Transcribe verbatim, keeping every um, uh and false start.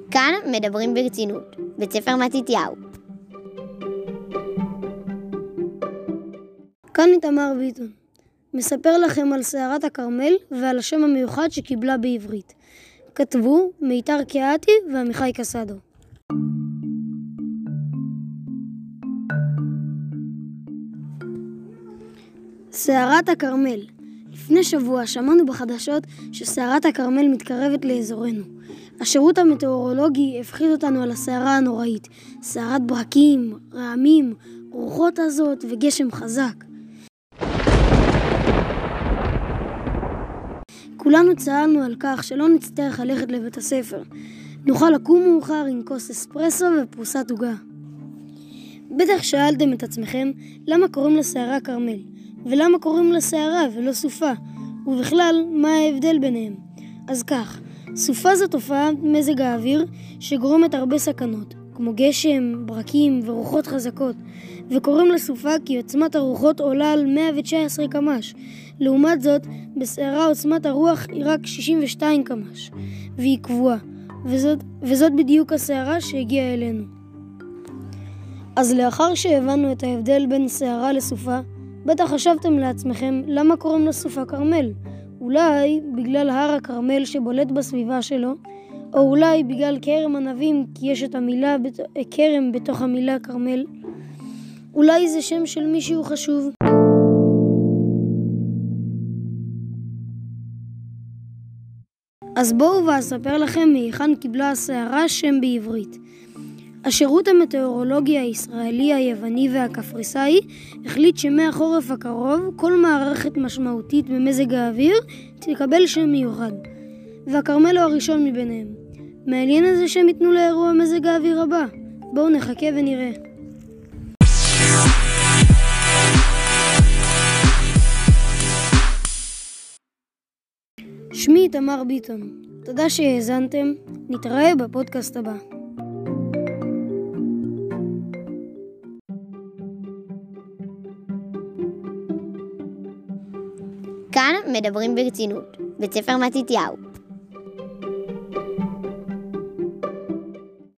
כאן מדברים ברצינות, בית ספר מתתיהו. כאן איתמר ביטון, מספר לכם על סערת הכרמל ועל השם המיוחד שקיבלה בעברית. כתבו מיתר קיאתי ועמיחי קסדו. סערת הכרמל. לפני שבוע שמענו בחדשות שסערת הכרמל מתקרבת לאזורנו. השירות המטאורולוגי הפחיד אותנו על הסערה הנוראית. סערת ברקים, רעמים, רוחות עזות וגשם חזק. כולנו צהלנו על כך שלא נצטרך ללכת לבית הספר. נוכל לקום מאוחר עם כוס אספרסו ופרוסת עוגה. בטח שאלתם את עצמכם למה קוראים לסערה כרמל, ולמה קוראים לסערה ולא סופה, ובכלל מה ההבדל ביניהם. אז כך, סופה זו תופעת מזג האוויר שגורמת הרבה סכנות, כמו גשם, ברקים ורוחות חזקות, וקוראים לסופה כי עוצמת הרוחות עולה על מאה ותשע עשרה קמ"ש. לעומת זאת, בסערה עוצמת הרוח היא רק שישים ושתיים קמ"ש, והיא קבועה, וזאת, וזאת בדיוק הסערה שהגיעה אלינו. אז לאחר שהבנו את ההבדל בין סערה לסופה, בטח חשבתם לעצמכם למה קוראים לסופה כרמל. אולי בגלל הר הכרמל שבולט בסביבה שלו, או אולי בגלל כרם ענבים כי יש את המילה כרם בתוך המילה כרמל. אולי זה שם של מישהו חשוב. אז בואו ואספר לכם מהיכן קיבלה הסערה שם בעברית. השירות המטאורולוגי הישראלי, היווני והקפריסאי החליט שמהחורף הקרוב כל מערכת משמעותית במזג האוויר תקבל שם מיוחד, והכרמל הוא הראשון מביניהם. מעניין איזה שם ייתנו לאירוע מזג האוויר הבא. בואו נחכה ונראה. שמי איתמר ביטון, תודה שהאזנתם, נתראה בפודקאסט הבא. כאן מדברים ברצינות, בית ספר מתתיהו.